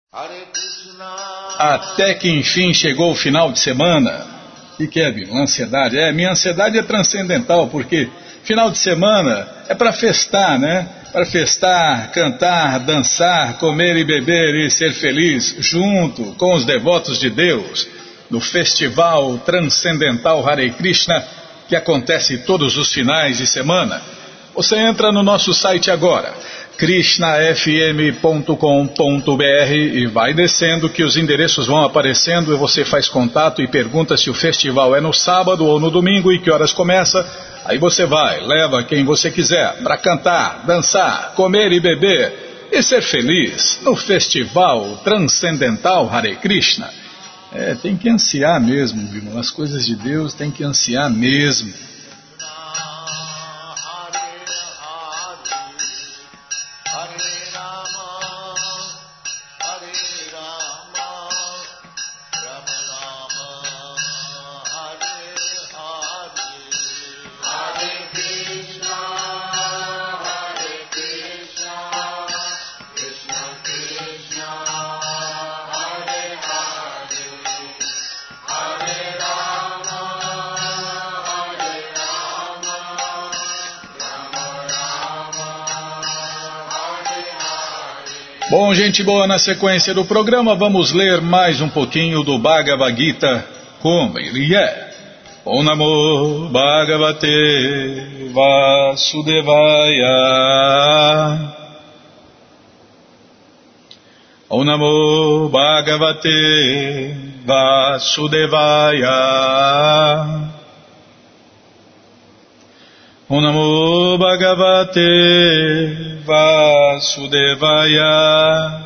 Até que enfim chegou o final de semana. E Kevin, ansiedade? Minha ansiedade é transcendental, porque final de semana é para festar, né? Para festar, cantar, dançar, comer e beber e ser feliz junto com os devotos de Deus no Festival Transcendental Hare Krishna, que acontece todos os finais de semana. Você entra no nosso site agora, krishnafm.com.br, e vai descendo que os endereços vão aparecendo e você faz contato e pergunta se o festival é no sábado ou no domingo e que horas começa. Aí você vai, leva quem você quiser para cantar, dançar, comer e beber e ser feliz no Festival Transcendental Hare Krishna. Tem que ansiar mesmo, viu? As coisas de Deus tem que ansiar mesmo. Bom, gente boa, na sequência do programa vamos ler mais um pouquinho do Bhagavad Gita como ele é. Om Namo Bhagavate Vasudevaya. Om Namo Bhagavate Vasudevaya. Om Namo Bhagavate Vasudevaya.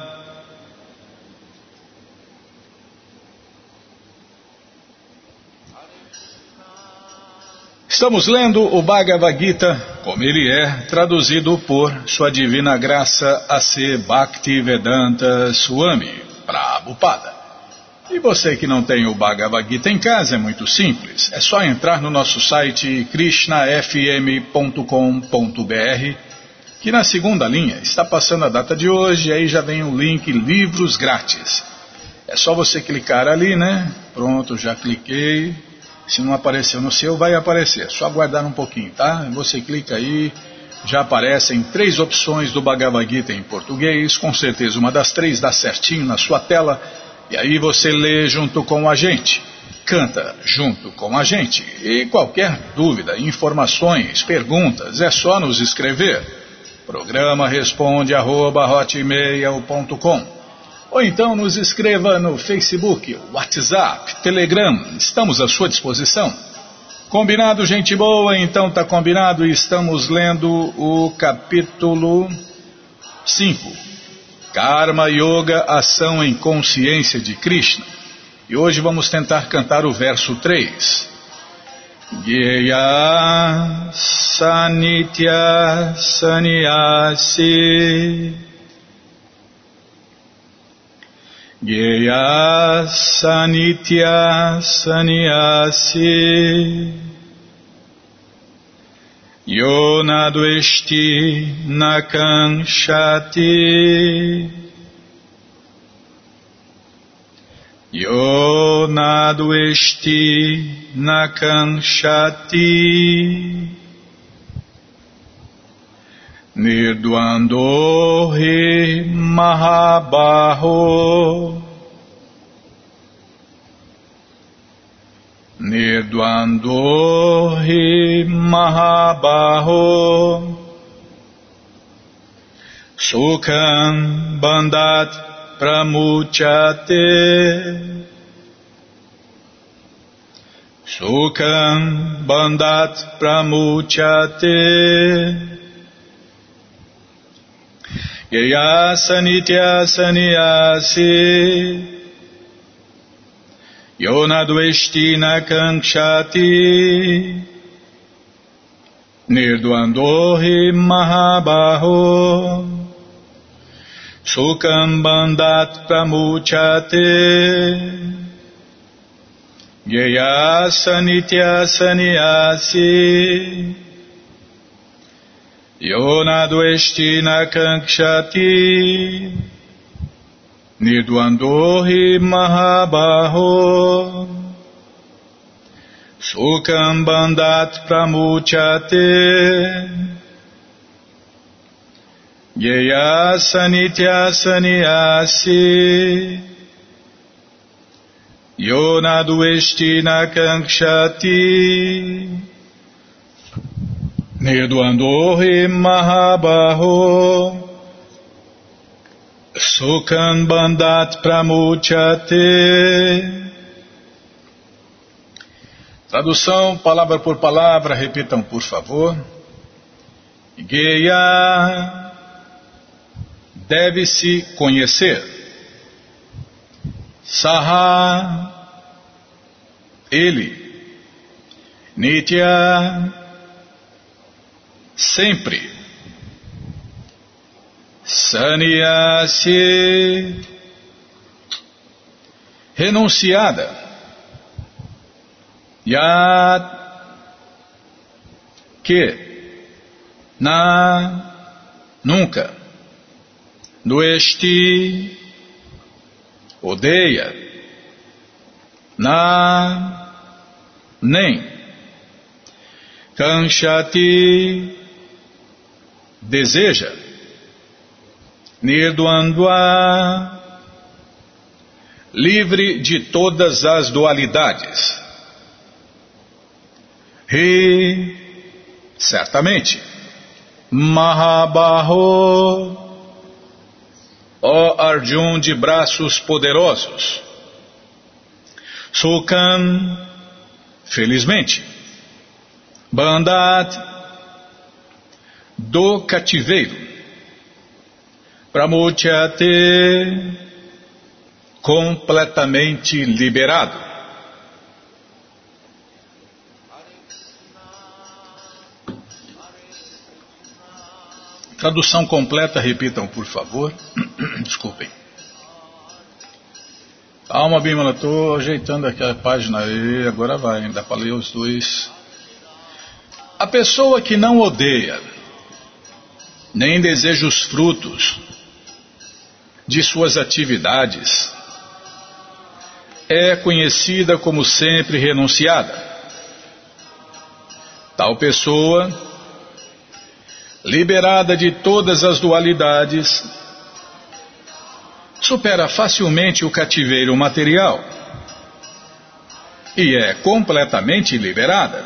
Estamos lendo o Bhagavad Gita como ele é, traduzido por Sua Divina Graça A.C. Bhaktivedanta Swami Prabhupada. E você que não tem o Bhagavad Gita em casa, é muito simples. É só entrar no nosso site krishnafm.com.br, que na segunda linha está passando a data de hoje, e aí já vem o link Livros Grátis. É só você clicar ali, né? Pronto, já cliquei. Se não apareceu no seu, vai aparecer. É só aguardar um pouquinho, tá? Você clica aí, já aparecem 3 opções do Bhagavad Gita em português. Com certeza uma das 3 dá certinho na sua tela. E aí você lê junto com a gente, canta junto com a gente. E qualquer dúvida, informações, perguntas, é só nos escrever. Programa responde@hotmail.com. Ou então nos escreva no Facebook, WhatsApp, Telegram, estamos à sua disposição. Combinado, gente boa? Então tá combinado, e estamos lendo o capítulo 5. Karma Yoga, ação em consciência de Krishna. E hoje vamos tentar cantar o verso 3. Gyeya Sanitya Sannyasi. Gyeya Sanitya Sannyasi. Yona Dveshti Nakanshati. Yona Dveshti Nakanshati. Nirdvando Hi Mahabaho. Nirdvando Hi Mahabaho. Sukham Bandhat Pramuchate. Sukham Bandhat Pramuchate. Gyeya Sanitya Sannyasi. Yona Dveshti Nakanshati. Nirdvando Hi Mahabaho. Sukham Bandhat Pramuchate. Gyeya Sanitya Sannyasi. Yona Dveshti Nakanshati. Nirdvandohi Mahabaho Sukham Bandhat Pramuchate Yeyasa Nityasaniasi Yona Dueshti Nakanksati Nirdvandohi Mahabaho Sukham Bandhat Pramuchate. Tradução, palavra por palavra, repitam por favor. Geya, deve-se conhecer. Saha, ele. Nitya, sempre. Sannyasi, renunciada. Yat, que, na, nunca, Nuesti, odeia, na, nem, Kanshati, deseja, Nirdvandva, livre de todas as dualidades. He, certamente, Mahabaho, ó Arjun de braços poderosos, Sukham, felizmente, Bandhat, do cativeiro, Pramuchate, completamente liberado. Tradução completa, repitam por favor. Desculpem. Calma, Bímola, estou ajeitando aqui a página aí, agora vai, dá para ler os dois. A pessoa que não odeia, nem deseja os frutos de suas atividades, é conhecida como sempre renunciada. Tal pessoa, liberada de todas as dualidades, supera facilmente o cativeiro material e é completamente liberada.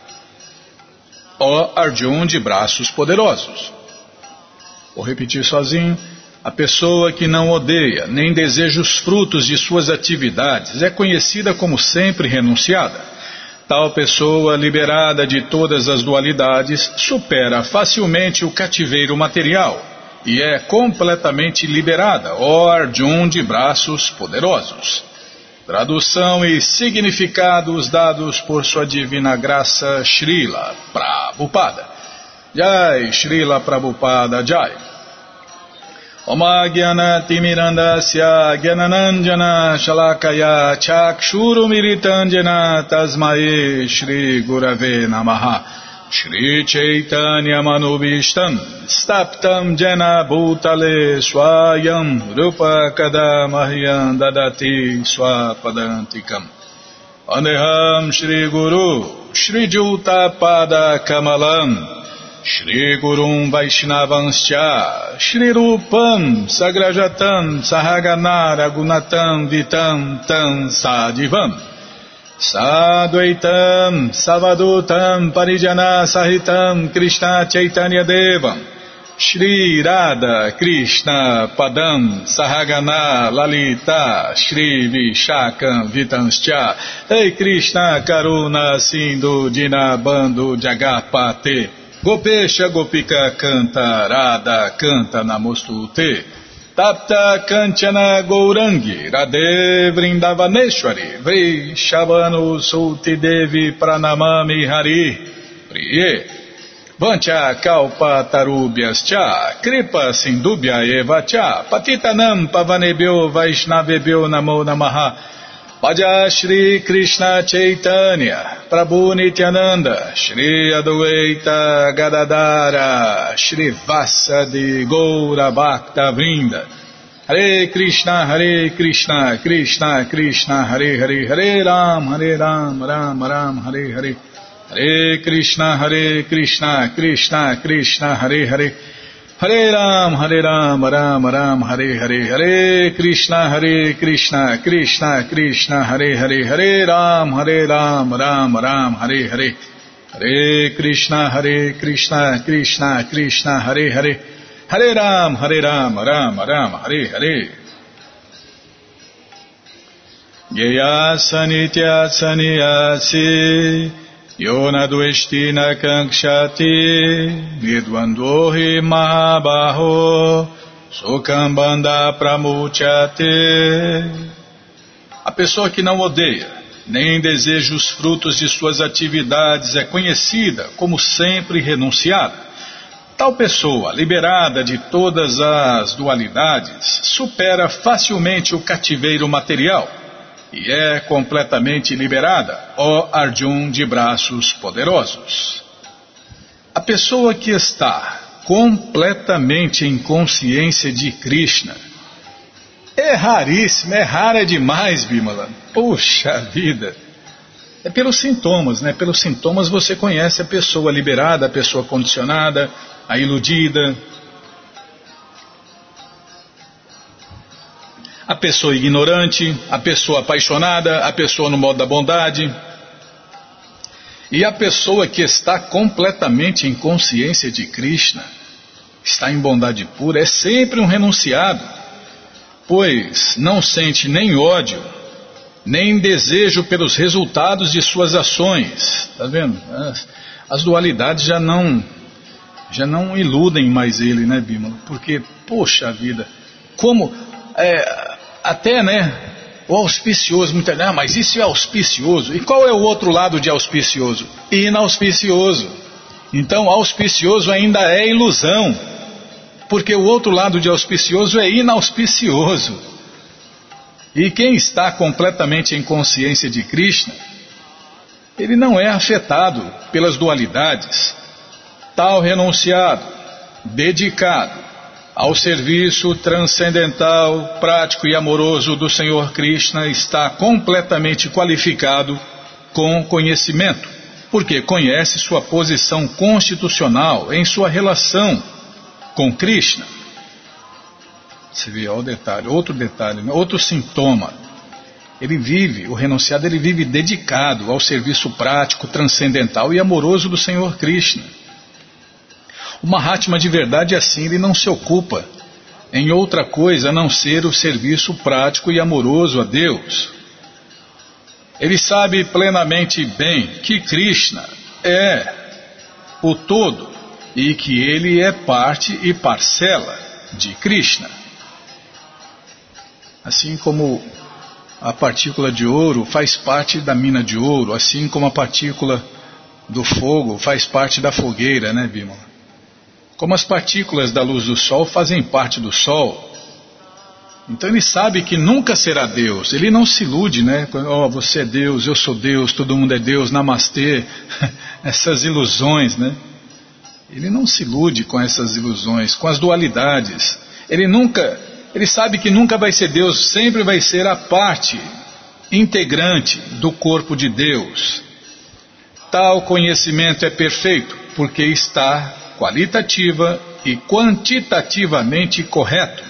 Ó Arjun de braços poderosos. Vou repetir sozinho. A pessoa que não odeia, nem deseja os frutos de suas atividades, é conhecida como sempre renunciada. Tal pessoa, liberada de todas as dualidades, supera facilmente o cativeiro material e é completamente liberada, ó Arjun de braços poderosos. Tradução e significados dados por sua divina graça Srila Prabhupada. Jai, Srila Prabhupada Jai. Oma Gyana Timirandasya Gyananandjana Shalakaya Chakshuru Militandjana Tasmae Shri Gurave Namaha Shri Chaitanya Manubhishtam Staptam Jena Bhutale Swayam Rupa Kadamahyam Dadati Swapadantikam Aneham Shri Guru Shri Juta Pada Kamalam Shri Gurum Vaishnavanscha Shri Rupam Sagrajatam Sahagana Ragunatam Vitam Tam Sadivam Sadvaitam Savadutam Parijana Sahitam Krishna Chaitanya Devam Shri Radha Krishna Padam Sahagana Lalita Shri Vishakam Vitanscha Ei Krishna Karuna Sindhu Dinabando Jagapate Gopesha Gopika Canta Radha Canta Namostute Tapta Kanchana Gourangi Radhe Vrindavaneshwari Vaishavano Sulti Devi Pranamami Hari Priye Vancha Kalpa Tarubhyas Cha Kripa Sindubhya Eva Cha Patitanam Pavanebhyo Vaishnavebhyo Namo Namaha Bhaja Shri Krishna Chaitanya Prabhu Nityananda Shri Adwaita Gadadara Shri Vasa de Goura Bhakta Vrinda Hare Krishna, Krishna Krishna, Hare Hare, Hare Ram, Ram Ram, Hare Hare, Hare Krishna, Krishna Krishna, Hare Hare, Hare Ram, Ram Ram, Hare Hare, Hare Krishna, Krishna Krishna, Hare Hare, Hare Ram, Ram Ram, Hare Hare, Hare Krishna, Krishna Krishna, Hare Hare, Hare Ram, Ram Ram, Hare Hare. Gyayasani Sanyasi Yona Dveshtina Kankshati Vidwandohi Mahabaho Sukambanda Pramuchate. A pessoa que não odeia, nem deseja os frutos de suas atividades é conhecida como sempre renunciada. Tal pessoa, liberada de todas as dualidades, supera facilmente o cativeiro material e é completamente liberada, ó Arjun de braços poderosos. A pessoa que está completamente em consciência de Krishna é raríssima, é rara demais, Bimala. Puxa vida! É pelos sintomas, né? Pelos sintomas você conhece a pessoa liberada, a pessoa condicionada, a iludida, a pessoa ignorante, a pessoa apaixonada, a pessoa no modo da bondade. E a pessoa que está completamente em consciência de Krishna, está em bondade pura, é sempre um renunciado, pois não sente nem ódio, nem desejo pelos resultados de suas ações. Está vendo? As dualidades já não iludem mais ele, né, Bímola? Porque, poxa vida, como até, né, o auspicioso, mas isso é auspicioso. E qual é o outro lado de auspicioso? Inauspicioso. Então, auspicioso ainda é ilusão, porque o outro lado de auspicioso é inauspicioso. E quem está completamente em consciência de Krishna, ele não é afetado pelas dualidades. Tal renunciado, dedicado ao serviço transcendental, prático e amoroso do Senhor Krishna está completamente qualificado com conhecimento, porque conhece sua posição constitucional em sua relação com Krishna. Você vê, olha o detalhe, outro sintoma. O renunciado ele vive dedicado ao serviço prático, transcendental e amoroso do Senhor Krishna. O Mahatma de verdade é assim, ele não se ocupa em outra coisa a não ser o serviço prático e amoroso a Deus. Ele sabe plenamente bem que Krishna é o todo e que ele é parte e parcela de Krishna. Assim como a partícula de ouro faz parte da mina de ouro, assim como a partícula do fogo faz parte da fogueira, né, Bímola? Como as partículas da luz do sol fazem parte do sol. Então ele sabe que nunca será Deus. Ele não se ilude, né? Você é Deus, eu sou Deus, todo mundo é Deus, namastê. Essas ilusões, né? Ele não se ilude com essas ilusões, com as dualidades. Ele sabe que nunca vai ser Deus, sempre vai ser a parte integrante do corpo de Deus. Tal conhecimento é perfeito, porque está qualitativa e quantitativamente correto.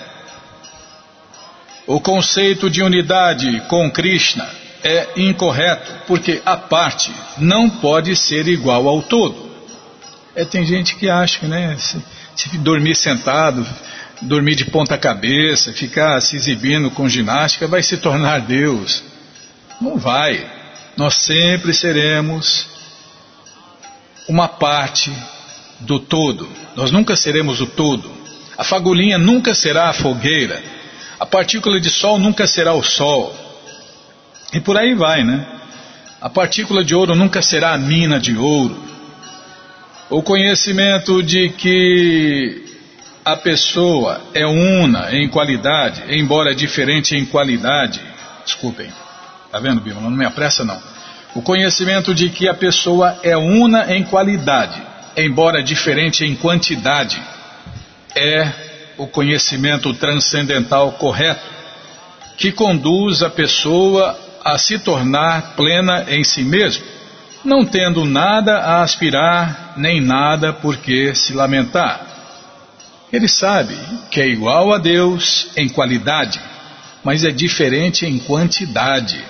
O conceito de unidade com Krishna é incorreto, porque a parte não pode ser igual ao todo. Tem gente que acha que, né, se dormir sentado, dormir de ponta cabeça, ficar se exibindo com ginástica, vai se tornar Deus. Não vai. Nós sempre seremos uma parte do todo. Nós nunca seremos o todo. A fagulhinha nunca será a fogueira. A partícula de sol nunca será o sol. E por aí vai, né? A partícula de ouro nunca será a mina de ouro. O conhecimento de que a pessoa é una em qualidade, embora diferente em qualidade. Desculpem. Tá vendo, Bímola? Não me apressa, não. O conhecimento de que a pessoa é una em qualidade, embora diferente em quantidade, é o conhecimento transcendental correto, que conduz a pessoa a se tornar plena em si mesmo, não tendo nada a aspirar, nem nada por que se lamentar. Ele sabe que é igual a Deus em qualidade, mas é diferente em quantidade.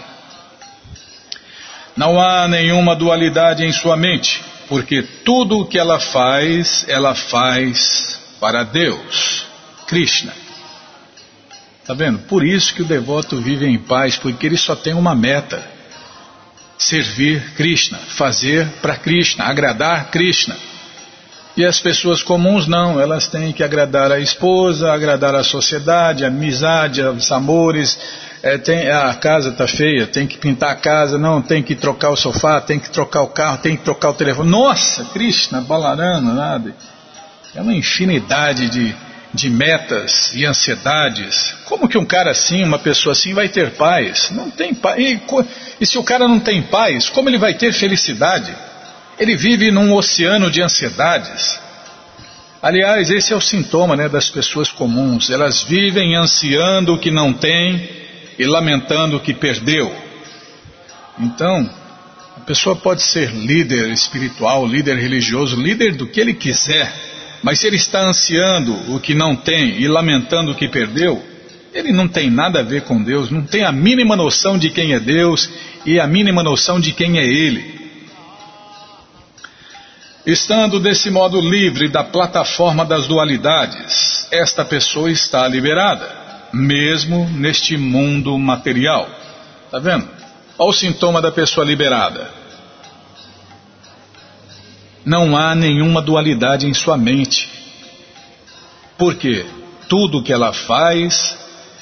Não há nenhuma dualidade em sua mente, porque tudo o que ela faz para Deus, Krishna. Está vendo? Por isso que o devoto vive em paz, porque ele só tem uma meta: servir Krishna, fazer para Krishna, agradar Krishna. E as pessoas comuns não, elas têm que agradar a esposa, agradar a sociedade, a amizade, os amores. A casa está feia, tem que pintar a casa, não, tem que trocar o sofá, tem que trocar o carro, tem que trocar o telefone. Nossa, Krishna, Balarana, nada. É uma infinidade de metas e ansiedades. Como que um cara assim, uma pessoa assim vai ter paz? Não tem paz. E se o cara não tem paz, como ele vai ter felicidade? Ele vive num oceano de ansiedades. Aliás, esse é o sintoma, né, das pessoas comuns. Elas vivem ansiando o que não tem e lamentando o que perdeu. Então, a pessoa pode ser líder espiritual, líder religioso, líder do que ele quiser, mas se ele está ansiando o que não tem e lamentando o que perdeu, ele não tem nada a ver com Deus, não tem a mínima noção de quem é Deus e a mínima noção de quem é ele. Estando desse modo livre da plataforma das dualidades, esta pessoa está liberada, mesmo neste mundo material. Está vendo? Olha o sintoma da pessoa liberada. Não há nenhuma dualidade em sua mente. Por quê? Tudo que ela faz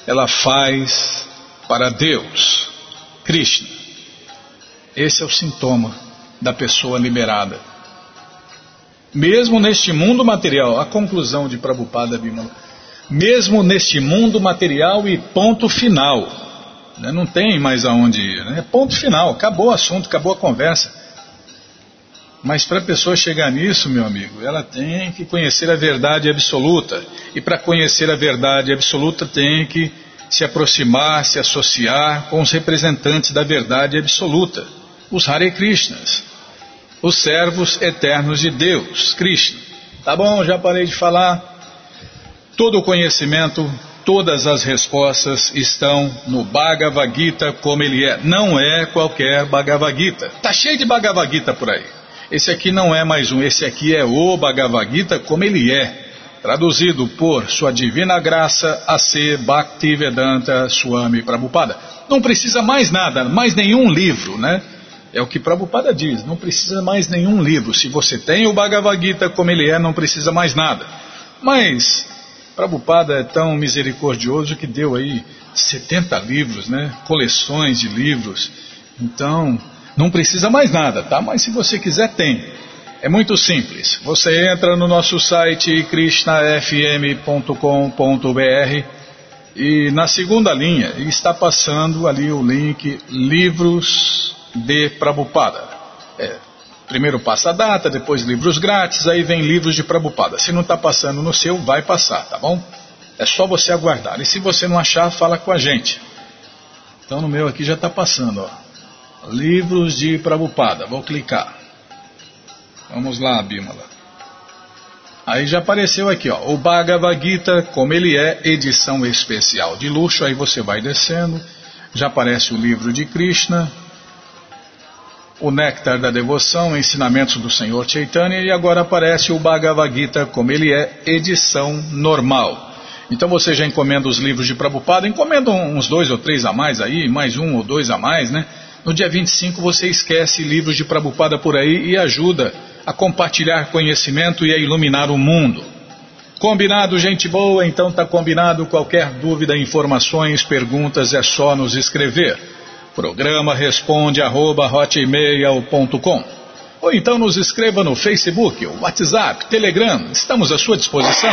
para Deus, Krishna. Esse é o sintoma da pessoa liberada. Mesmo neste mundo material, a conclusão de Prabhupada Bimala, mesmo neste mundo material e ponto final, né? Não tem mais aonde ir, né? Ponto final, acabou o assunto, acabou a conversa. Mas para a pessoa chegar nisso, meu amigo, ela tem que conhecer a verdade absoluta, e para conhecer a verdade absoluta tem que se aproximar, se associar com os representantes da verdade absoluta, os Hare Krishnas, os servos eternos de Deus, Krishna. Tá bom, já parei de falar. Todo o conhecimento, todas as respostas estão no Bhagavad Gita como ele é. Não é qualquer Bhagavad Gita. Tá cheio de Bhagavad Gita por aí. Esse aqui não é mais um, esse aqui é o Bhagavad Gita como ele é. Traduzido por Sua Divina Graça A.C. Bhaktivedanta Swami Prabhupada. Não precisa mais nada, mais nenhum livro, né? É o que Prabhupada diz, não precisa mais nenhum livro. Se você tem o Bhagavad Gita como ele é, não precisa mais nada. Mas Prabhupada é tão misericordioso que deu aí 70 livros, né? Coleções de livros. Então, não precisa mais nada, tá? Mas se você quiser, tem. É muito simples. Você entra no nosso site krishnafm.com.br e na segunda linha está passando ali o link Livros de Prabhupada. Primeiro passa a data, depois livros grátis, aí vem livros de Prabhupada. Se não está passando no seu, vai passar, tá bom? É só você aguardar. E se você não achar, fala com a gente. Então no meu aqui já está passando, ó. Livros de Prabhupada. Vou clicar. Vamos lá, Bimala. Aí já apareceu aqui, ó, o Bhagavad Gita como ele é, edição especial de luxo. Aí você vai descendo, já aparece o livro de Krishna, o Néctar da Devoção, Ensinamentos do Senhor Chaitanya, e agora aparece o Bhagavad Gita como ele é, edição normal. Então você já encomenda os livros de Prabhupada, encomenda uns 2 ou 3 a mais aí, mais 1 ou 2 a mais, né? No dia 25 você esquece livros de Prabhupada por aí e ajuda a compartilhar conhecimento e a iluminar o mundo. Combinado, gente boa? Então tá combinado. Qualquer dúvida, informações, perguntas, é só nos escrever. Programa responde@hotmail.com. Ou então nos escreva no Facebook, WhatsApp, Telegram. Estamos à sua disposição.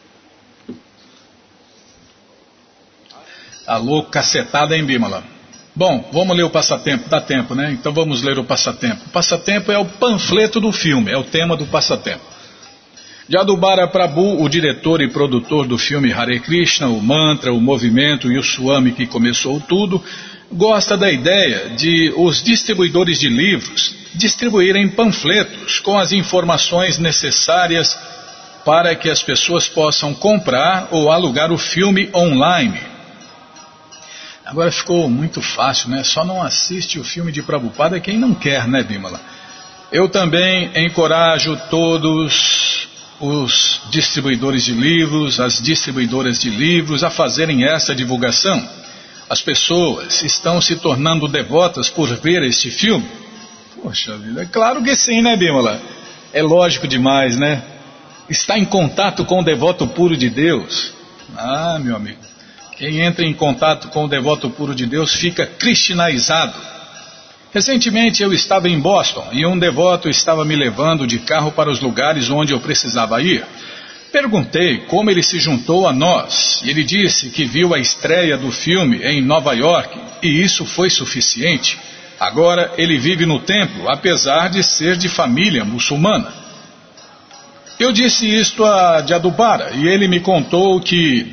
Alô, cacetada em Bimala. Bom, vamos ler o passatempo, dá tempo, né? Então vamos ler o passatempo. O passatempo é o panfleto do filme, é o tema do passatempo. Jadubara Prabhu, o diretor e produtor do filme Hare Krishna, o mantra, o movimento e o swami que começou tudo, gosta da ideia de os distribuidores de livros distribuírem panfletos com as informações necessárias para que as pessoas possam comprar ou alugar o filme online. Agora ficou muito fácil, né? Só não assiste o filme de Prabhupada quem não quer, né, Bimala? Eu também encorajo todos os distribuidores de livros, as distribuidoras de livros a fazerem essa divulgação. As pessoas estão se tornando devotas por ver este filme? Poxa vida, é claro que sim, né, Bimala? É lógico demais, né? Está em contato com o devoto puro de Deus. Ah, meu amigo, quem entra em contato com o devoto puro de Deus fica cristinaizado. Recentemente eu estava em Boston e um devoto estava me levando de carro para os lugares onde eu precisava ir. Perguntei como ele se juntou a nós e ele disse que viu a estreia do filme em Nova York e isso foi suficiente. Agora ele vive no templo, apesar de ser de família muçulmana. Eu disse isto a Jadubara e ele me contou que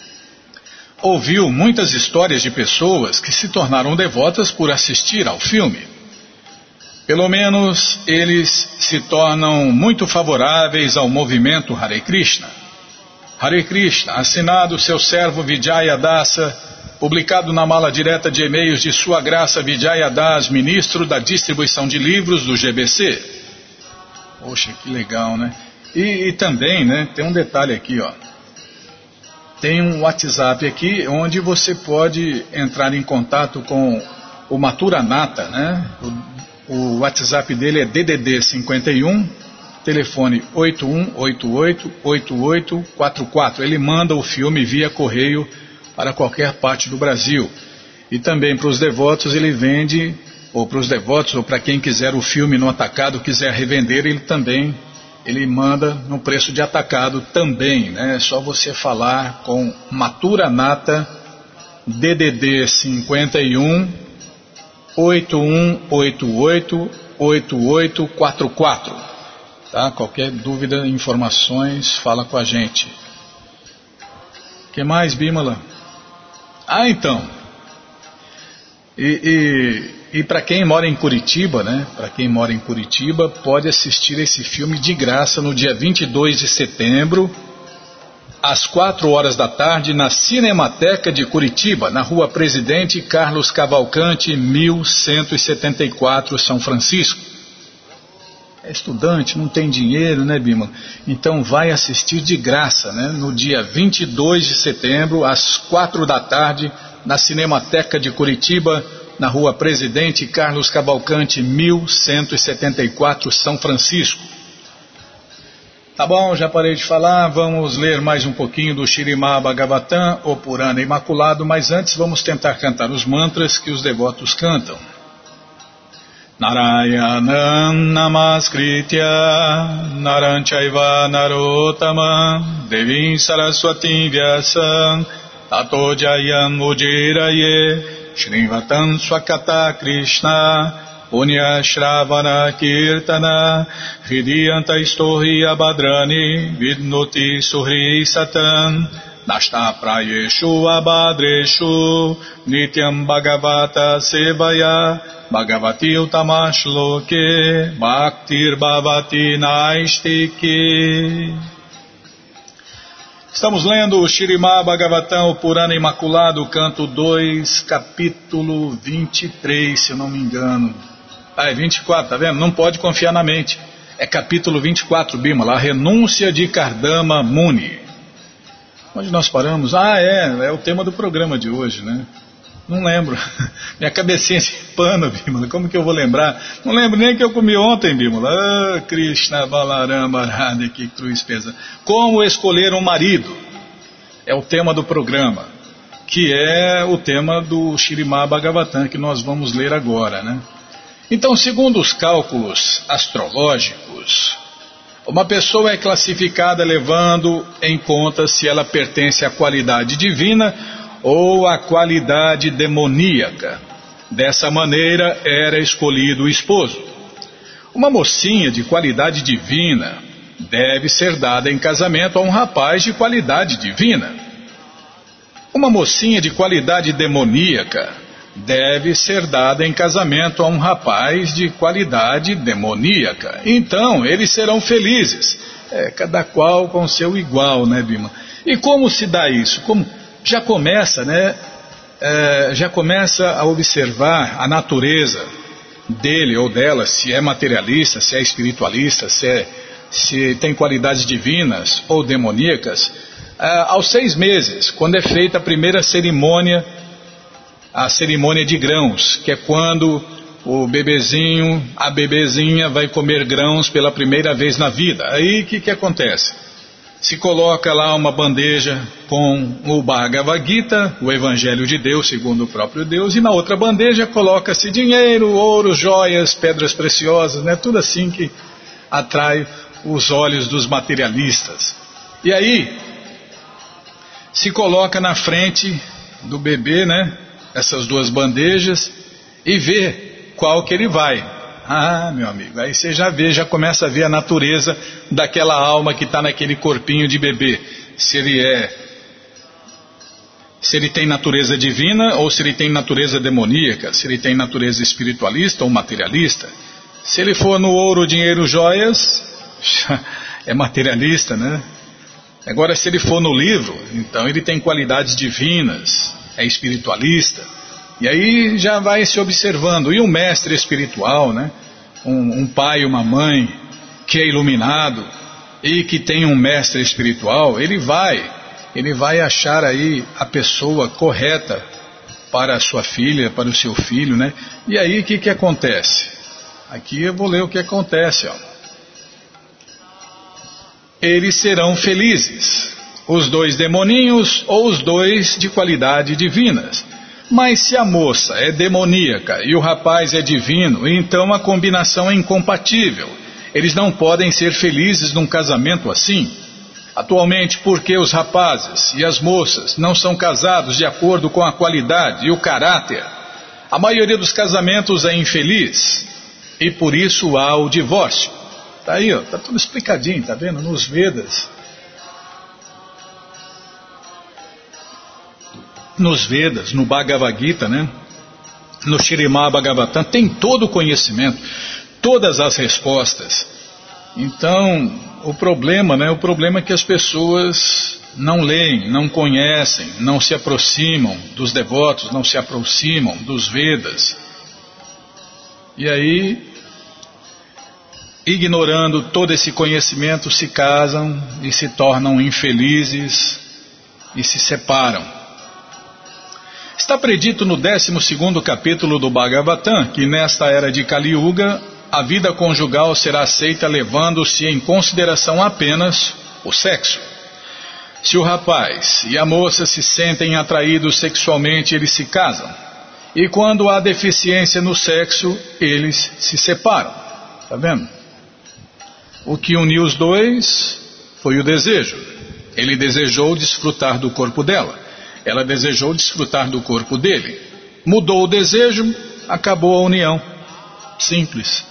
ouviu muitas histórias de pessoas que se tornaram devotas por assistir ao filme. Pelo menos eles se tornam muito favoráveis ao movimento Hare Krishna. Hare Krishna, assinado seu servo Vijaya Dasa, publicado na mala direta de e-mails de Sua Graça Vijaya Das, ministro da distribuição de livros do GBC. Poxa, que legal, né? E também, né, tem um detalhe aqui, ó. Tem um WhatsApp aqui onde você pode entrar em contato com o Maturanata, né? O WhatsApp dele é DDD 51, telefone 81888844. Ele manda o filme via correio para qualquer parte do Brasil. E também para os devotos ele vende, ou para os devotos, ou para quem quiser o filme no atacado, quiser revender, ele manda no preço de atacado também, né? É só você falar com Maturanata, DDD 51 8188 8844. Tá? Qualquer dúvida, informações, fala com a gente. O que mais, Bimala? Ah, então. E para quem mora em Curitiba, né? Para quem mora em Curitiba, pode assistir esse filme de graça no dia 22 de setembro, às 4 horas da tarde, na Cinemateca de Curitiba, na Rua Presidente Carlos Cavalcante, 1174, São Francisco. É estudante, não tem dinheiro, né, Bima? Então vai assistir de graça, né? No dia 22 de setembro, às 4 da tarde, na Cinemateca de Curitiba, na Rua Presidente Carlos Cavalcante, 1174, São Francisco. Tá bom, já parei de falar, vamos ler mais um pouquinho do Śrīmad Bhagavatam, o Purana Imaculado, mas antes vamos tentar cantar os mantras que os devotos cantam. Narayanam Namaskritya Naram Chaiva Narottamam Devim Saraswatim Vyasam Tato Jayam Ujiraye Shrivatam Swakata Krishna Punya Shravana Kirtana Hridiyanta Istorhi Abhadrani Vidnoti Suhri Satam Nashta Prayeshu Abhadreshu Nityam Bhagavata Sevaya Bhagavati Utamash Loke Bhaktir Bhavati Naistike. Estamos lendo o Śrīmad Bhagavatam, o Purana Imaculado, canto 2, capítulo 23, se eu não me engano. Ah, é 24, tá vendo? Não pode confiar na mente. É capítulo 24, Bimala, a renúncia de Kardama Muni. Onde nós paramos? Ah, é o tema do programa de hoje, né? Não lembro. Minha cabecinha se pano, Bimala. Como que eu vou lembrar? Não lembro nem que eu comi ontem, Bimala. Ah, Krishna Balarama Radha, que cruz pesa. Como escolher um marido? É o tema do programa, que é o tema do Śrīmad Bhagavatam, que nós vamos ler agora, né? Então, segundo os cálculos astrológicos, uma pessoa é classificada levando em conta se ela pertence à qualidade divina ou à qualidade demoníaca. Dessa maneira era escolhido o esposo. Uma mocinha de qualidade divina deve ser dada em casamento a um rapaz de qualidade divina. Uma mocinha de qualidade demoníaca deve ser dada em casamento a um rapaz de qualidade demoníaca. Então, eles serão felizes. Cada qual com seu igual, né, Bima? E como se dá isso? Como já começa, né? Já começa a observar a natureza dele ou dela, se é materialista, se é espiritualista, se tem qualidades divinas ou demoníacas, aos 6 meses, quando é feita a primeira cerimônia, a cerimônia de grãos, que é quando o bebezinho, a bebezinha vai comer grãos pela primeira vez na vida. Aí o que acontece? Se coloca lá uma bandeja com o Bhagavad Gita, o Evangelho de Deus segundo o próprio Deus, e na outra bandeja coloca-se dinheiro, ouro, joias, pedras preciosas, né? Tudo assim que atrai os olhos dos materialistas. E aí se coloca na frente do bebê, né? Essas 2 bandejas e vê qual que ele vai. Ah, meu amigo, aí você já vê, já começa a ver a natureza daquela alma que está naquele corpinho de bebê. Se ele tem natureza divina ou se ele tem natureza demoníaca, se ele tem natureza espiritualista ou materialista. Se ele for no ouro, dinheiro, joias, é materialista, né? Agora, se ele for no livro, então ele tem qualidades divinas, é espiritualista. E aí já vai se observando. E um mestre espiritual, né? Um pai, uma mãe que é iluminado e que tem um mestre espiritual, ele vai achar aí a pessoa correta para a sua filha, para o seu filho, né? E aí o que acontece? Aqui eu vou ler o que acontece, ó. Eles serão felizes, os 2 demoninhos ou os 2 de qualidade divinas. Mas se a moça é demoníaca e o rapaz é divino, então a combinação é incompatível. Eles não podem ser felizes num casamento assim. Atualmente, porque os rapazes e as moças não são casados de acordo com a qualidade e o caráter, a maioria dos casamentos é infeliz e por isso há o divórcio. Tá aí, ó, tá tudo explicadinho, tá vendo? Nos Vedas. Nos Vedas, no Bhagavad Gita, né? No Śrīmad Bhagavatam, tem todo o conhecimento, todas as respostas. Então, o problema, né? O problema é que as pessoas não leem, não conhecem, não se aproximam dos devotos, não se aproximam dos Vedas. E aí, ignorando todo esse conhecimento, se casam e se tornam infelizes e se separam. Está predito no 12º capítulo do Bhagavatam que nesta era de Kali Yuga a vida conjugal será aceita levando-se em consideração apenas o sexo. Se o rapaz e a moça se sentem atraídos sexualmente, eles se casam. E quando há deficiência no sexo, eles se separam. Está vendo? O que uniu os 2 foi o desejo. Ele desejou desfrutar do corpo dela. Ela desejou desfrutar do corpo dele. Mudou o desejo, acabou a união. Simples.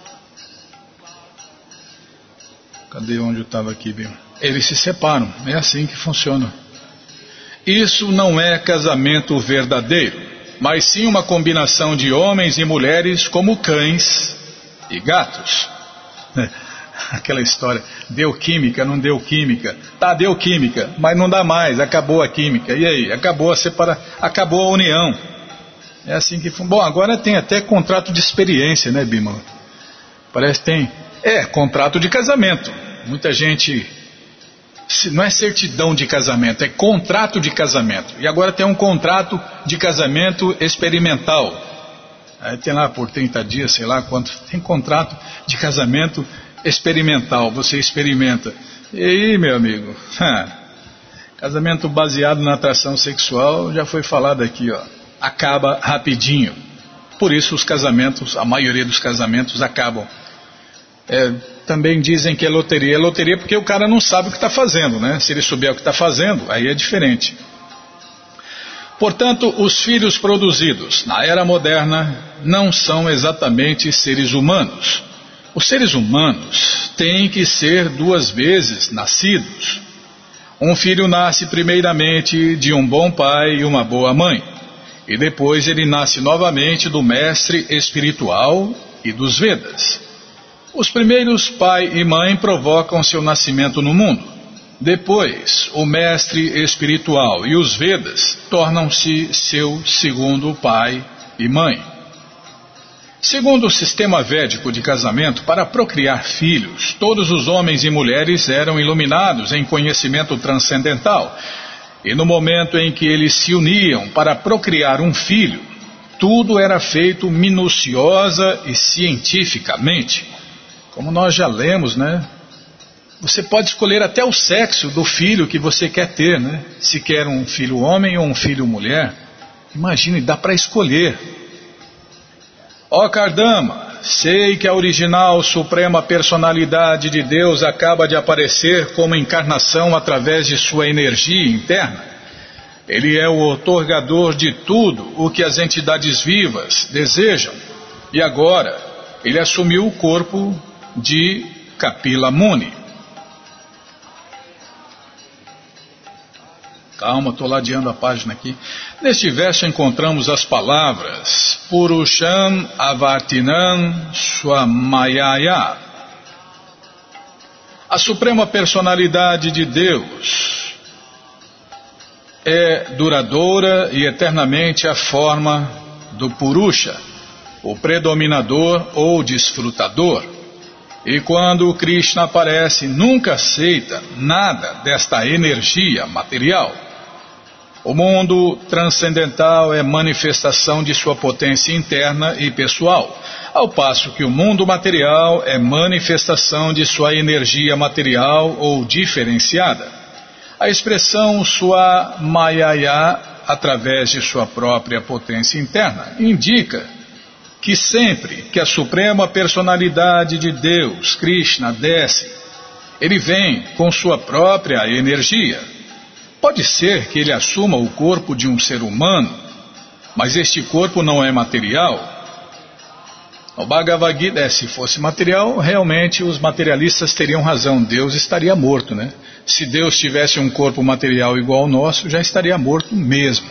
Cadê onde eu estava aqui, bem? Eles se separam. É assim que funciona. Isso não é casamento verdadeiro, mas sim uma combinação de homens e mulheres como cães e gatos. Aquela história, deu química, não deu química. Tá, deu química, mas não dá mais, acabou a química. E aí? Acabou a acabou a união. É assim que funciona. Bom, agora tem até contrato de experiência, né, Bímola? Parece que tem. Contrato de casamento. Muita gente... Não é certidão de casamento, é contrato de casamento. E agora tem um contrato de casamento experimental. Aí tem lá por 30 dias, sei lá quanto. Tem contrato de casamento experimental, você experimenta. E aí, meu amigo? Casamento baseado na atração sexual, já foi falado aqui, ó. Acaba rapidinho. Por isso os casamentos, a maioria dos casamentos acabam. Também dizem que é loteria. É loteria porque o cara não sabe o que está fazendo, né? Se ele souber o que está fazendo, aí é diferente. Portanto, os filhos produzidos na era moderna não são exatamente seres humanos. Os seres humanos têm que ser 2 vezes nascidos. Um filho nasce primeiramente de um bom pai e uma boa mãe, e depois ele nasce novamente do mestre espiritual e dos Vedas. Os primeiros pai e mãe provocam seu nascimento no mundo. Depois, o mestre espiritual e os Vedas tornam-se seu segundo pai e mãe. Segundo o sistema védico de casamento, para procriar filhos, todos os homens e mulheres eram iluminados em conhecimento transcendental. E no momento em que eles se uniam para procriar um filho, tudo era feito minuciosa e cientificamente. Como nós já lemos, né? Você pode escolher até o sexo do filho que você quer ter, né? Se quer um filho homem ou um filho mulher. Imagine, dá para escolher. Ó Kardama, sei que a original suprema personalidade de Deus acaba de aparecer como encarnação através de sua energia interna. Ele é o outorgador de tudo o que as entidades vivas desejam. E agora, ele assumiu o corpo de Kapila Muni. Calma, estou ladeando a página aqui. Neste verso encontramos as palavras Purusham Avartinam Swamayaya. A suprema personalidade de Deus é duradoura e eternamente a forma do Purusha, o predominador ou desfrutador. E quando Krishna aparece, nunca aceita nada desta energia material. O mundo transcendental é manifestação de sua potência interna e pessoal, ao passo que o mundo material é manifestação de sua energia material ou diferenciada. A expressão Swamayaya, através de sua própria potência interna, indica que sempre que a suprema personalidade de Deus, Krishna, desce, ele vem com sua própria energia. Pode ser que ele assuma o corpo de um ser humano, mas este corpo não é material. O Bhagavad Gita, se fosse material, realmente os materialistas teriam razão, Deus estaria morto, né? Se Deus tivesse um corpo material igual ao nosso, já estaria morto mesmo.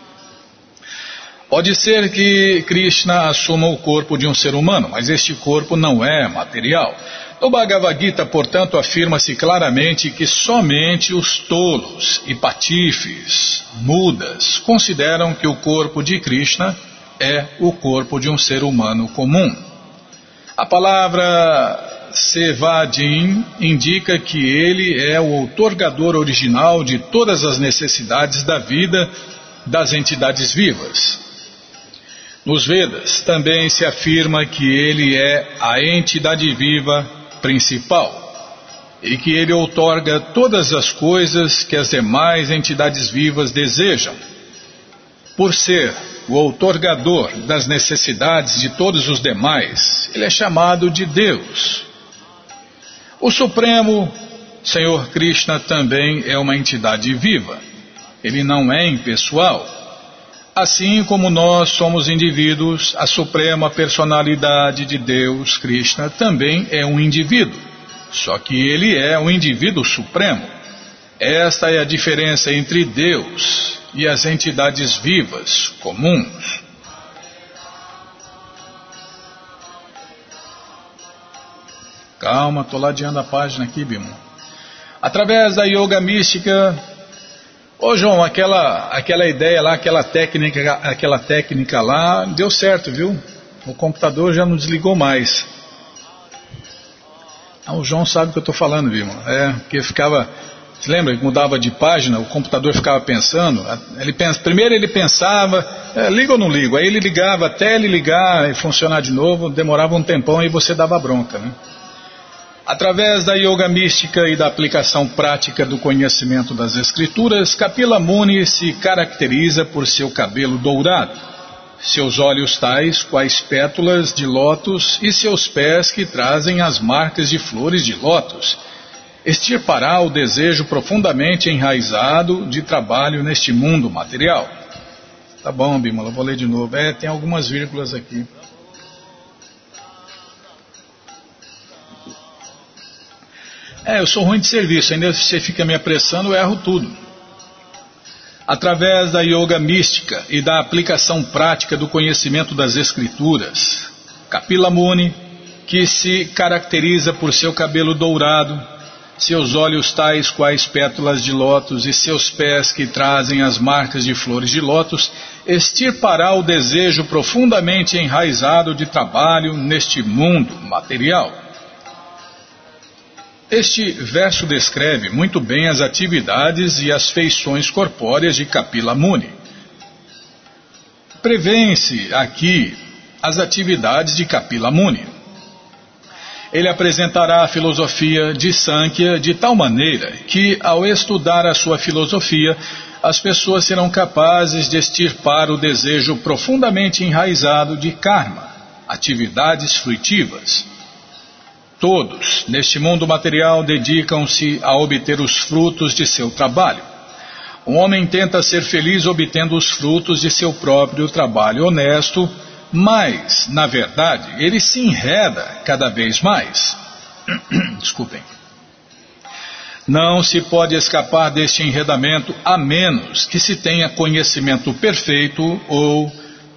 Pode ser que Krishna assuma o corpo de um ser humano, mas este corpo não é material. No Bhagavad Gita, portanto, afirma-se claramente que somente os tolos e patifes, mudas, consideram que o corpo de Krishna é o corpo de um ser humano comum. A palavra Sevadim indica que ele é o outorgador original de todas as necessidades da vida das entidades vivas. Nos Vedas também se afirma que ele é a entidade viva principal e que ele outorga todas as coisas que as demais entidades vivas desejam. Por ser o outorgador das necessidades de todos os demais, ele é chamado de Deus. O Supremo Senhor Krishna também é uma entidade viva. Ele não é impessoal. Assim como nós somos indivíduos, a suprema personalidade de Deus, Krishna, também é um indivíduo. Só que ele é um indivíduo supremo. Esta é a diferença entre Deus e as entidades vivas comuns. Calma, estou ladeando a página aqui, Bimo. Através da yoga mística... Ô João, aquela ideia lá, aquela técnica lá, deu certo, viu? O computador já não desligou mais. O João sabe o que eu estou falando, viu? Porque ficava, você lembra que mudava de página, o computador ficava pensando, primeiro ele pensava, liga ou não ligo? Aí ele ligava até ele ligar e funcionar de novo, demorava um tempão e você dava bronca, né? Através da yoga mística e da aplicação prática do conhecimento das escrituras, Kapila Muni se caracteriza por seu cabelo dourado, seus olhos tais quais pétalas de lótus e seus pés que trazem as marcas de flores de lótus. Extirpará o desejo profundamente enraizado de trabalho neste mundo material. Tá bom, Bímola, vou ler de novo. Tem algumas vírgulas aqui. Eu sou ruim de serviço, ainda você fica me apressando, eu erro tudo. Através da yoga mística e da aplicação prática do conhecimento das escrituras, Kapila Muni, que se caracteriza por seu cabelo dourado, seus olhos tais quais pétalas de lótus e seus pés que trazem as marcas de flores de lótus, extirpará o desejo profundamente enraizado de trabalho neste mundo material. Este verso descreve muito bem as atividades e as feições corpóreas de Kapila Muni. Prevêem-se aqui as atividades de Kapila Muni. Ele apresentará a filosofia de Sankhya de tal maneira que, ao estudar a sua filosofia, as pessoas serão capazes de extirpar o desejo profundamente enraizado de karma, atividades fruitivas. Todos, neste mundo material, dedicam-se a obter os frutos de seu trabalho. Um homem tenta ser feliz obtendo os frutos de seu próprio trabalho honesto, mas, na verdade, ele se enreda cada vez mais. Desculpem. Não se pode escapar deste enredamento a menos que se tenha conhecimento perfeito ou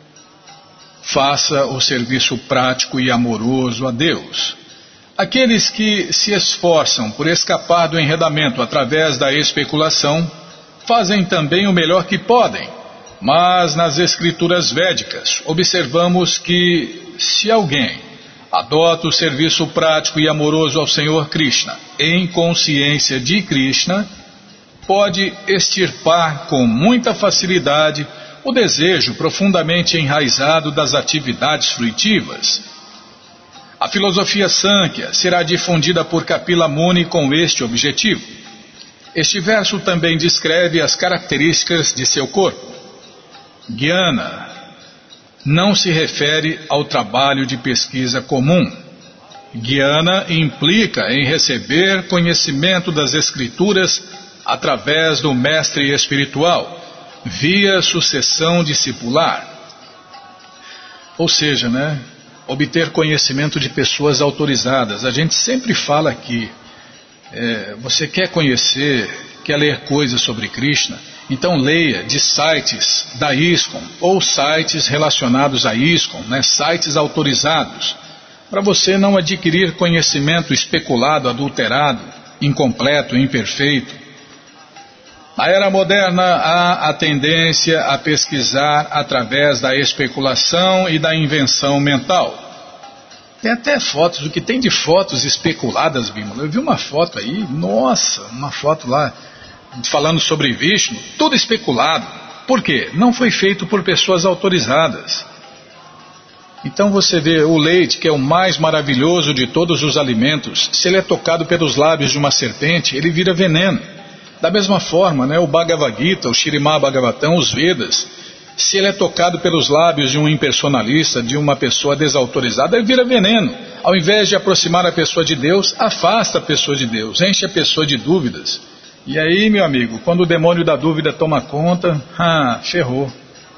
faça o serviço prático e amoroso a Deus. Aqueles que se esforçam por escapar do enredamento através da especulação fazem também o melhor que podem, mas nas escrituras védicas observamos que se alguém adota o serviço prático e amoroso ao Senhor Krishna em consciência de Krishna, pode extirpar com muita facilidade o desejo profundamente enraizado das atividades fruitivas. A filosofia Sankhya será difundida por Kapila Muni com este objetivo. Este verso também descreve as características de seu corpo. Jnana não se refere ao trabalho de pesquisa comum. Jnana implica em receber conhecimento das escrituras através do mestre espiritual, via sucessão discipular. Ou seja, obter conhecimento de pessoas autorizadas. A gente sempre fala aqui, você quer conhecer, quer ler coisas sobre Krishna, então leia de sites da ISKCON ou sites relacionados a ISKCON, sites autorizados, para você não adquirir conhecimento especulado, adulterado, incompleto, imperfeito. Na era moderna há a tendência a pesquisar através da especulação e da invenção mental. Tem até fotos, o que tem de fotos especuladas, Bímola. Eu vi uma foto aí, nossa, uma foto lá falando sobre Vishnu, tudo especulado. Por quê? Não foi feito por pessoas autorizadas. Então você vê o leite, que é o mais maravilhoso de todos os alimentos, se ele é tocado pelos lábios de uma serpente, ele vira veneno. Da mesma forma, o Bhagavad Gita, o Śrīmad Bhagavatam, os Vedas, se ele é tocado pelos lábios de um impersonalista, de uma pessoa desautorizada, ele vira veneno. Ao invés de aproximar a pessoa de Deus, afasta a pessoa de Deus, enche a pessoa de dúvidas. E aí, meu amigo, quando o demônio da dúvida toma conta, ferrou.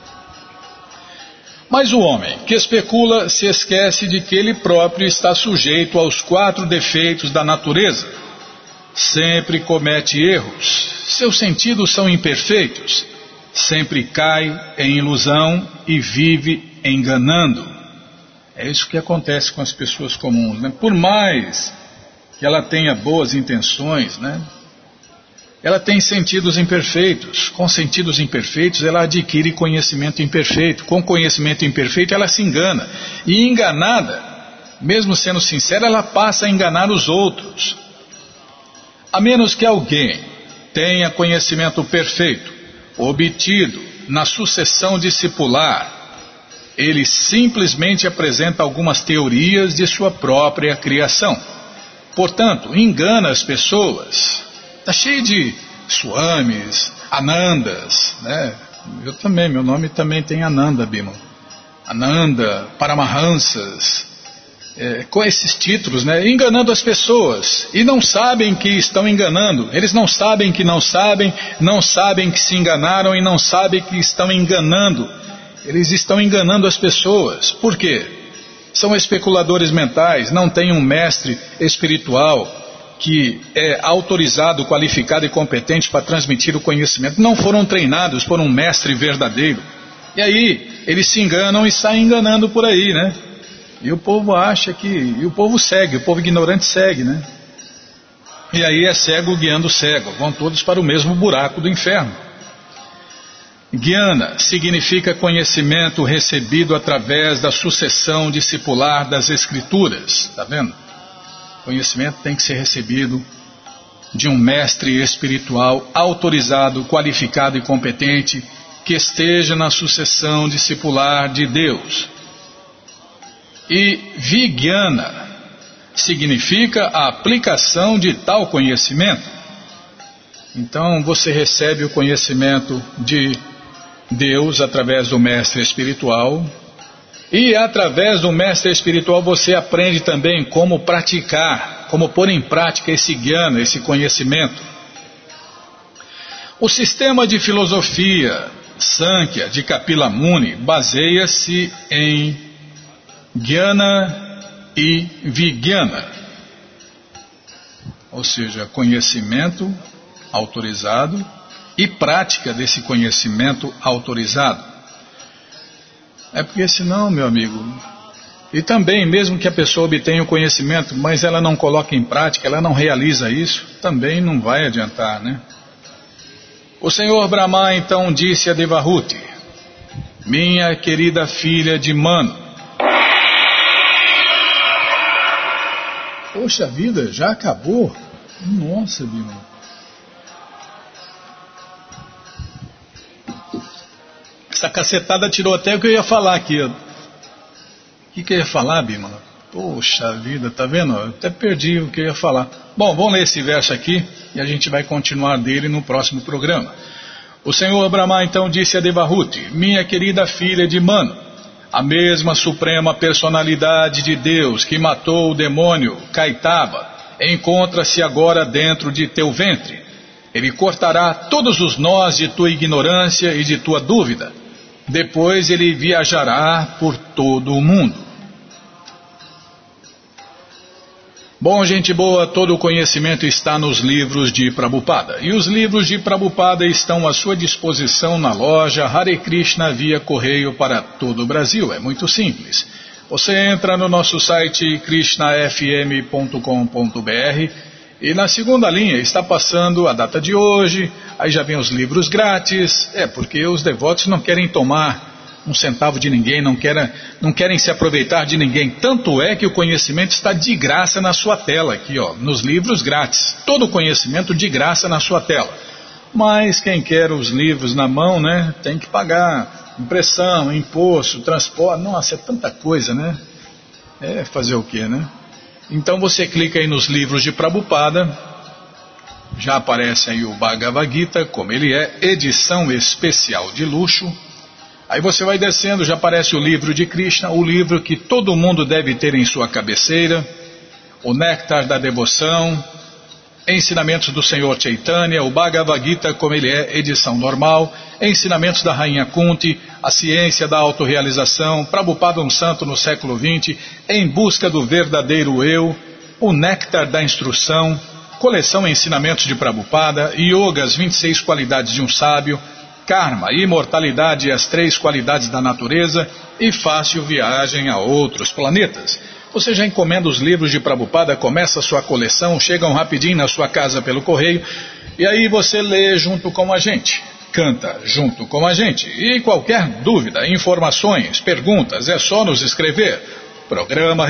Mas o homem que especula se esquece de que ele próprio está sujeito aos 4 defeitos da natureza. Sempre comete erros, seus sentidos são imperfeitos, sempre cai em ilusão e vive enganando. É isso que acontece com as pessoas comuns, Por mais que ela tenha boas intenções, ela tem sentidos imperfeitos. Com sentidos imperfeitos ela adquire conhecimento imperfeito. Com conhecimento imperfeito ela se engana. E enganada, mesmo sendo sincera, ela passa a enganar os outros. A menos que alguém tenha conhecimento perfeito, obtido na sucessão discipular, ele simplesmente apresenta algumas teorias de sua própria criação. Portanto, engana as pessoas. Está cheio de Swamis, Anandas, Eu também, meu nome também tem Ananda, Bima. Ananda, Paramahansas. com esses títulos, né, enganando as pessoas, e não sabem que estão enganando. Eles não sabem que não sabem, não sabem que se enganaram e não sabem que estão enganando. Eles estão enganando as pessoas. Por quê? São especuladores mentais, não têm um mestre espiritual que é autorizado, qualificado e competente para transmitir o conhecimento. Não foram treinados por um mestre verdadeiro. E aí, eles se enganam e saem enganando por aí, né? E o povo acha que... E o povo segue, o povo ignorante segue, né? E aí é cego guiando cego. Vão todos para o mesmo buraco do inferno. Jnana significa conhecimento recebido através da sucessão discipular das escrituras. Está vendo? Conhecimento tem que ser recebido de um mestre espiritual autorizado, qualificado e competente que esteja na sucessão discipular de Deus. E Vijnana significa a aplicação de tal conhecimento. Então você recebe o conhecimento de Deus através do mestre espiritual, e através do mestre espiritual você aprende também como praticar, como pôr em prática esse jnana, esse conhecimento. O sistema de filosofia Sankhya de Kapila Muni baseia-se em Jnana e Vijnana, ou seja, conhecimento autorizado e prática desse conhecimento autorizado. É porque senão, meu amigo, e também mesmo que a pessoa obtenha o conhecimento, mas ela não coloca em prática, ela não realiza isso, também não vai adiantar, né? O Senhor Brahma então disse a Devahuti: minha querida filha de Manu. Poxa vida, já acabou? Nossa, Bima. Essa cacetada tirou até o que eu ia falar aqui. O que eu ia falar, Bima? Poxa vida, tá vendo? Eu até perdi o que eu ia falar. Bom, vamos ler esse verso aqui e a gente vai continuar dele no próximo programa. O Senhor Brahma então disse a Devahuti: minha querida filha de Manu, a mesma suprema personalidade de Deus que matou o demônio Kaitaba encontra-se agora dentro de teu ventre. Ele cortará todos os nós de tua ignorância e de tua dúvida. Depois ele viajará por todo o mundo. Bom, gente boa, todo o conhecimento está nos livros de Prabhupada. E os livros de Prabhupada estão à sua disposição na loja Hare Krishna via correio para todo o Brasil. É muito simples. Você entra no nosso site krishnafm.com.br e na segunda linha está passando a data de hoje, aí já vem os livros grátis. Porque os devotos não querem tomar um centavo de ninguém, não querem se aproveitar de ninguém. Tanto é que o conhecimento está de graça na sua tela, aqui ó, nos livros grátis. Todo o conhecimento de graça na sua tela. Mas quem quer os livros na mão, né, tem que pagar impressão, imposto, transporte. Nossa, é tanta coisa, né? É fazer o quê, né? Então você clica aí nos livros de Prabhupada, já aparece aí o Bhagavad Gita, como ele é, edição especial de luxo. Aí você vai descendo, já aparece o livro de Krishna, o livro que todo mundo deve ter em sua cabeceira, o Néctar da Devoção, Ensinamentos do Senhor Chaitanya, o Bhagavad Gita, como ele é, edição normal, Ensinamentos da Rainha Kunti, a Ciência da Autorrealização, Prabhupada um Santo no século XX, Em Busca do Verdadeiro Eu, o Néctar da Instrução, Coleção Ensinamentos de Prabhupada, Yoga, as 26 Qualidades de um Sábio, Karma, Imortalidade e as 3 Qualidades da Natureza e Fácil Viagem a Outros Planetas. Você já encomenda os livros de Prabhupada, começa a sua coleção, chegam rapidinho na sua casa pelo correio, e aí você lê junto com a gente, canta junto com a gente. E qualquer dúvida, informações, perguntas, é só nos escrever. Programa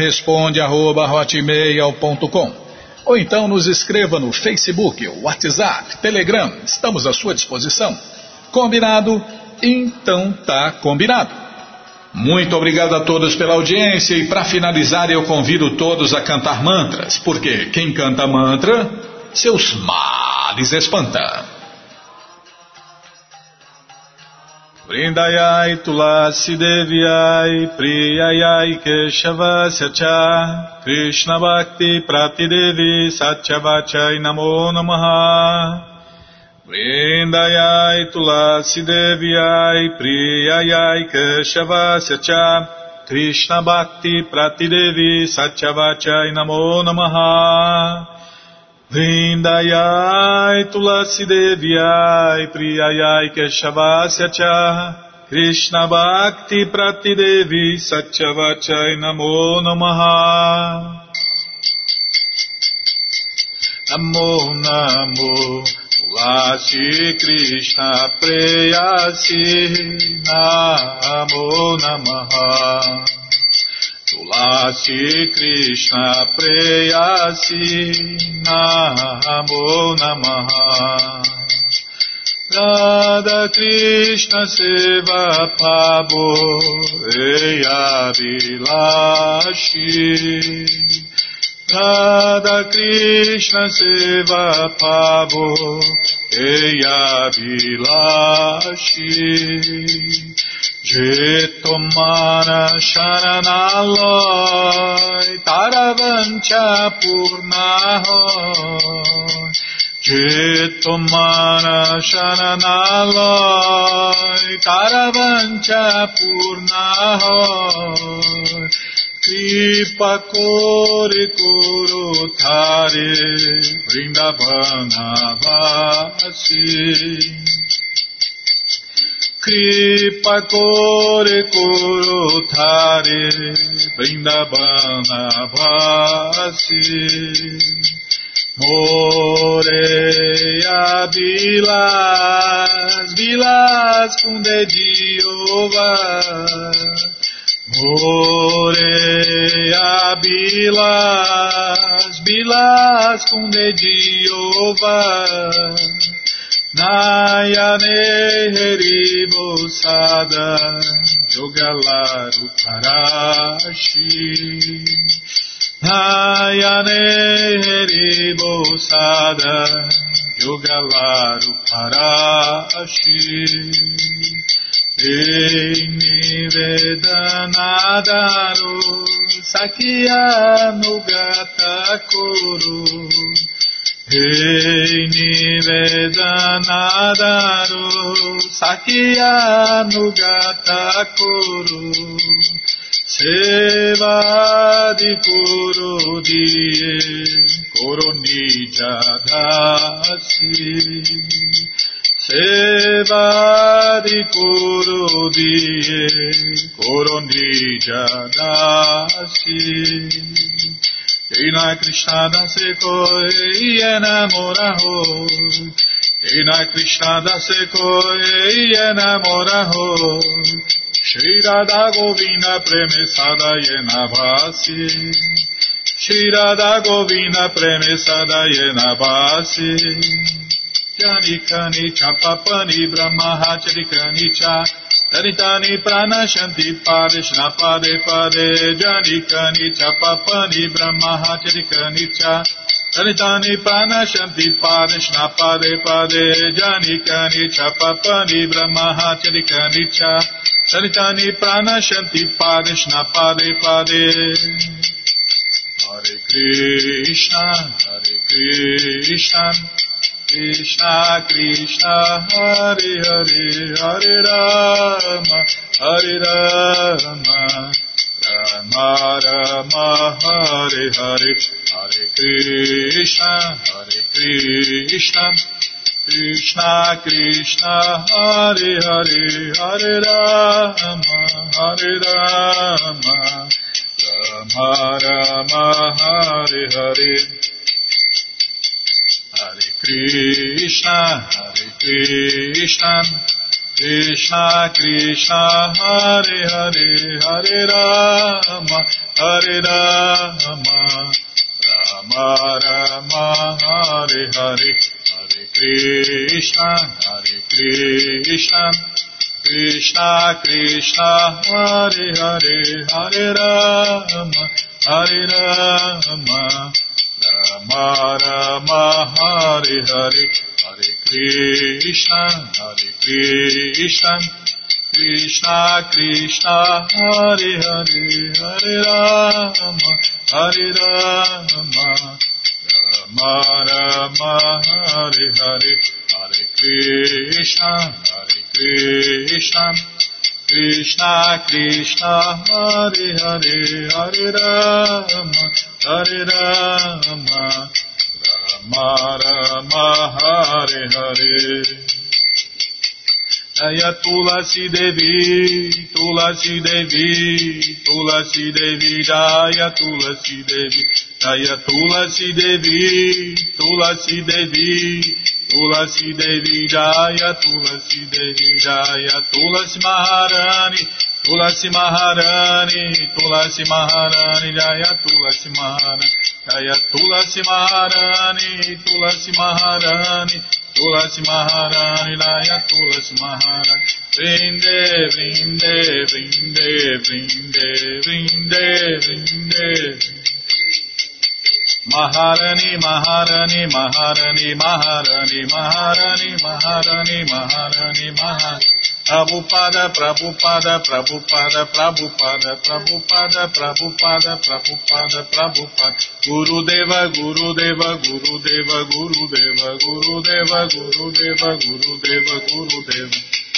responde@hotmail.com. Ou então nos escreva no Facebook, WhatsApp, Telegram, estamos à sua disposição. Combinado? Então tá combinado. Muito obrigado a todos pela audiência e para finalizar eu convido todos a cantar mantras, porque quem canta mantra, seus males espanta. Vrindayai Tulasi Devyai Priyayai Keshavasya Cha Krishna Bhakti Pratidevi Satyavachai Namo Namaha. Vrindayai Tulasi Devyai Priyayai Keshavasya Cha Krishna Bhakti Pratidevi Satyavachai Namo Namaha. Vrindayai Tulasi Devyai Priyayai Keshavasya Cha Krishna Bhakti Pratidevi Satyavachai Namo Namaha. Namo Namo Tulasi Krishna Preyasi Namo Namaha. Tulasi Krishna Preyasi Namo Namaha. Radha Krishna Seva Pabo Eya Vilashi. Radha Krishna Seva Pabo Eya Vilashi. Jetomana Sharanaloy Taravancha Purnahoy. Jetomana Sharanaloy Taravancha Purnahoy. Kripa Kore Koro Thare Vrindavana Vasi. Kripa Kore Koro Thare Vrindavana Vasi. Moreia Vilas, Vilas com dedinho. Moreia Vilas, Vilas com dedinho. Nayane Heribosada Yogalaru Parashi. Nayane Heribosada Yogalaru Parashi. Nivedanadaru Sakya Nugata Kuru. Nivedanadaru Sakya Nugata Kuru. Sevadi Kuru Diye Kuru Nijadasi. Sevadi Kuru Diye Kuru Nijadasi. Ina Krishna dase koi enamora ho. Ina Krishna dase koi enamora ho. Shri Radha Govinda Premesada Yena Vasi. Shri Radha Govinda Premesada Yena Vasi. Janikani Chapapani Brahma Charikani Cha. Taritani Prana Shanti Padeshna Pade Pade. Janikani Chapapani Brahma Charikani Cha. Taritani Prana Shanti Padeshna Pade Pade. Janikani Chapapani Brahma Charikani Cha. Taritani Prana Shanti Padeshna Pade Pade. Hare Krishna, Hare Krishna, Krishna Krishna, Hare Hare, Hare Rama, Hare Rama, Rama Rama, Hare Hare, Hare Krishna, Hare Krishna, Krishna Krishna, Hare Hare, Hare Rama, Hare Rama, Rama Rama, Hare Hare. Hare Krishna, Hare Krishna, Krishna Krishna, Hare Hare, Hare Rama, Hare Rama, Rama Rama, Hare Hare, Hare Krishna, Hare Krishna, Krishna Krishna, Hare Hare, Hare Rama, Hare Rama, Rama Rama, Hare Hare, Hare Krishna, Hare Krishna, Krishna Krishna Hare Hare Hare Rama Hare Rama Rama Rama Hare Hare Hare Krishna Krishna Krishna Hare Hare Hare Rama Rama Rama Hare Hare Jaya Tulasi Devi Tulasi Devi Tulasi Devi Jaya Tulasi Devi Jaya Tulasi Devi Tulasi Devi Tulasi Devi Jaya Tulasi Devi Jaya Tulasi Maharani Tulasi Maharani Tulasi Maharani Jaya Tulasi Maharani Jaya Tulasi Maharani Tulasi Maharani Tulasi Maharani Jaya Tulasi Maharani Vrinde Vrinde Vrinde Vrinde Vrinde Vrinde Maharani Maharani Maharani Maharani Maharani Maharani Maharani Maharani Prabhupada Prabhupada Prabhupada Prabhupada Prabhupada Prabhupada Prabhupada Prabhupada Gurudeva Gurudeva Gurudeva Gurudeva Gurudeva Gurudeva Gurudeva Gurudeva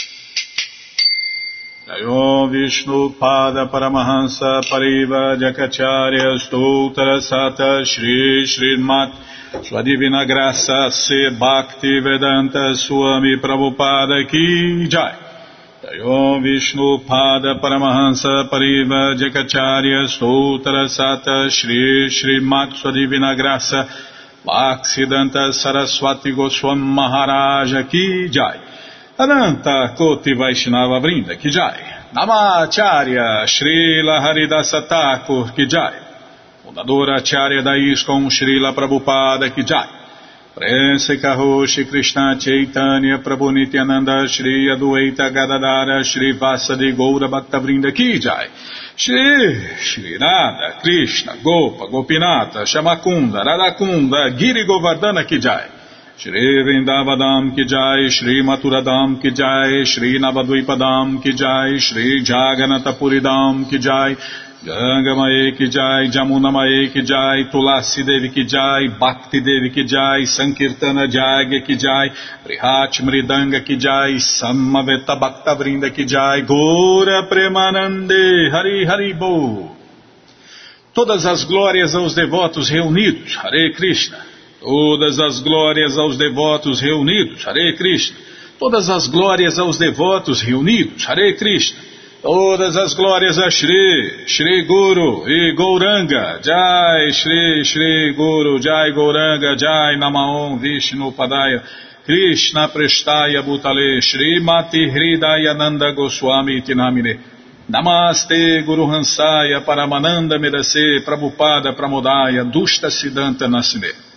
Jaya Vishnu Pada Paramahansa Pariva Jakacharya Stoutra Sata Shri Srimat Sua Divina Graça Se Bhakti Vedanta Swami Prabhupada Ki Jai Jaya Vishnu Pada Paramahansa Pariva Jakacharya Stoutra Sata Shri Srimat Sua Divina Graça Bhaksidanta Saraswati Goswami Maharaja Ki Jai Ananta Koti Vaishnava Vrinda Ki Jai Namacharya Srila Haridasa Thakur Ki Jai Fundadora Acharya da ISKCON Srila Prabhupada Ki Jai Prense Karoshi Krishna Chaitanya Prabhu Nityananda Shri Adueita Gadadara Shri Vasadi Goura Bhaktavrinda Ki Jai Shri Radha Krishna Gopa Gopinata Shamakunda Radakunda Giri Govardhana Ki Jai Shri Vrindavadam Ki Jai Shri Maturadam Ki Jai Shri Navadvipadam Ki Jai Shri Jaganatapuridam Ki Jai Ganga Mae Ki Jai, Jamuna Mae Ki Jai, Tulasi Devi Ki Jai, Bhakti Devi Ki Jai, Sankirtana Jagya Ki Jai, Prihat Mridanga Ki Jai, Samaveta Bhakta Vrinda Ki Jai, Gora Premanande, Hari Hari Bo. Todas as glórias aos devotos reunidos, Hare Krishna. Todas as glórias aos devotos reunidos, Hare Krishna. Todas as glórias aos devotos reunidos, Hare Krishna. Todas as glórias a Shri, Shri Guru e Gauranga, Jai Shri, Shri Guru, Jai Gauranga, Jai Namaon Vishnu Padaya, Krishna Prestaya Bhutale, Shri Mati Hridayananda Goswami Tinamine, Namaste Guru Hansaya Paramananda Medase, Prabhupada Pramodaya, Dushta Siddhanta Nasime.